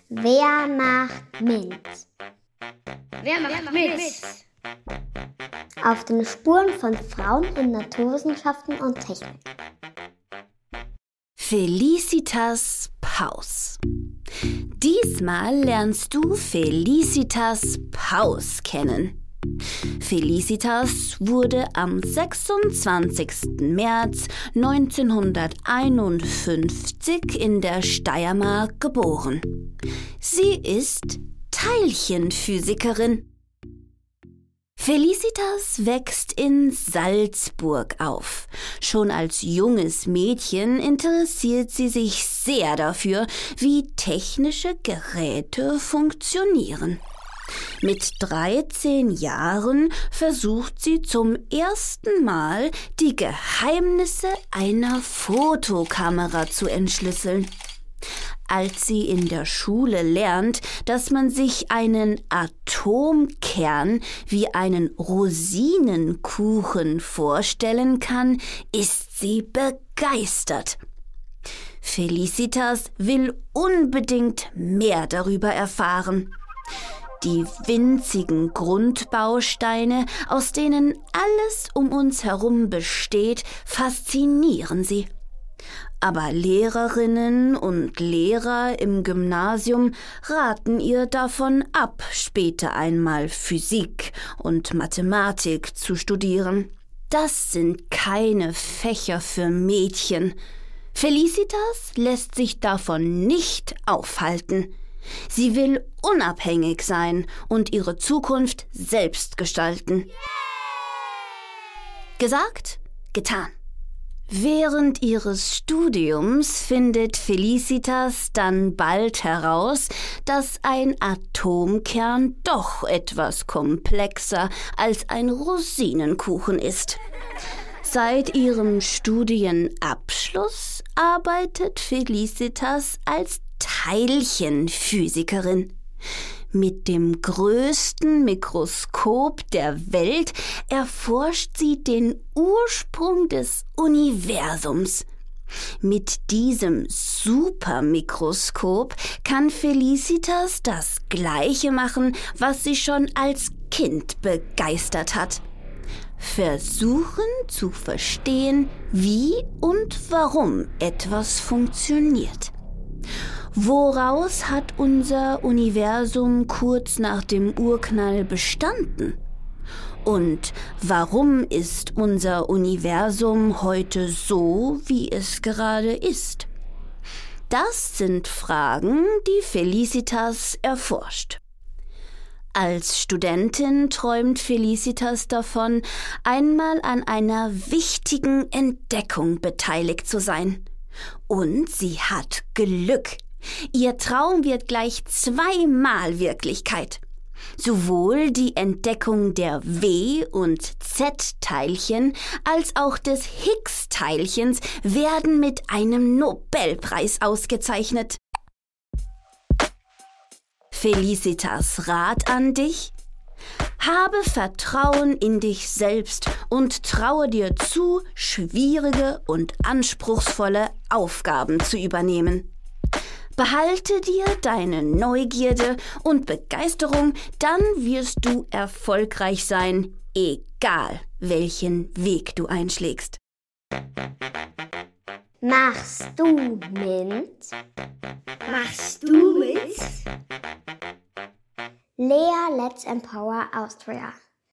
Wer macht mit? Wer macht mit? Auf den Spuren von Frauen in Naturwissenschaften und Technik. Felicitas Paus. Diesmal lernst du Felicitas Paus kennen. Felicitas wurde am 26. März 1951 in der Steiermark geboren. Sie ist Teilchenphysikerin. Felicitas wächst in Salzburg auf. Schon als junges Mädchen interessiert sie sich sehr dafür, wie technische Geräte funktionieren. Mit 13 Jahren versucht sie zum ersten Mal, die Geheimnisse einer Fotokamera zu entschlüsseln. Als sie in der Schule lernt, dass man sich einen Atomkern wie einen Rosinenkuchen vorstellen kann, ist sie begeistert. Felicitas will unbedingt mehr darüber erfahren. Die winzigen Grundbausteine, aus denen alles um uns herum besteht, faszinieren sie. Aber Lehrerinnen und Lehrer im Gymnasium raten ihr davon ab, später einmal Physik und Mathematik zu studieren. Das sind keine Fächer für Mädchen. Felicitas lässt sich davon nicht aufhalten. Sie will unabhängig sein und ihre Zukunft selbst gestalten. Gesagt, getan. Während ihres Studiums findet Felicitas dann bald heraus, dass ein Atomkern doch etwas komplexer als ein Rosinenkuchen ist. Seit ihrem Studienabschluss arbeitet Felicitas als Teilchenphysikerin. Mit dem größten Mikroskop der Welt erforscht sie den Ursprung des Universums. Mit diesem Supermikroskop kann Felicitas das Gleiche machen, was sie schon als Kind begeistert hat. Versuchen zu verstehen, wie und warum etwas funktioniert. Woraus hat unser Universum kurz nach dem Urknall bestanden? Und warum ist unser Universum heute so, wie es gerade ist? Das sind Fragen, die Felicitas erforscht. Als Studentin träumt Felicitas davon, einmal an einer wichtigen Entdeckung beteiligt zu sein. Und sie hat Glück. Ihr Traum wird gleich zweimal Wirklichkeit. Sowohl die Entdeckung der W- und Z-Teilchen als auch des Higgs-Teilchens werden mit einem Nobelpreis ausgezeichnet. Felicitas Rat an dich: Habe Vertrauen in dich selbst und traue dir zu, schwierige und anspruchsvolle Aufgaben zu übernehmen. Behalte dir deine Neugierde und Begeisterung, dann wirst du erfolgreich sein, egal welchen Weg du einschlägst. Machst du mit? Machst du mit? Lea Let's Empower Austria.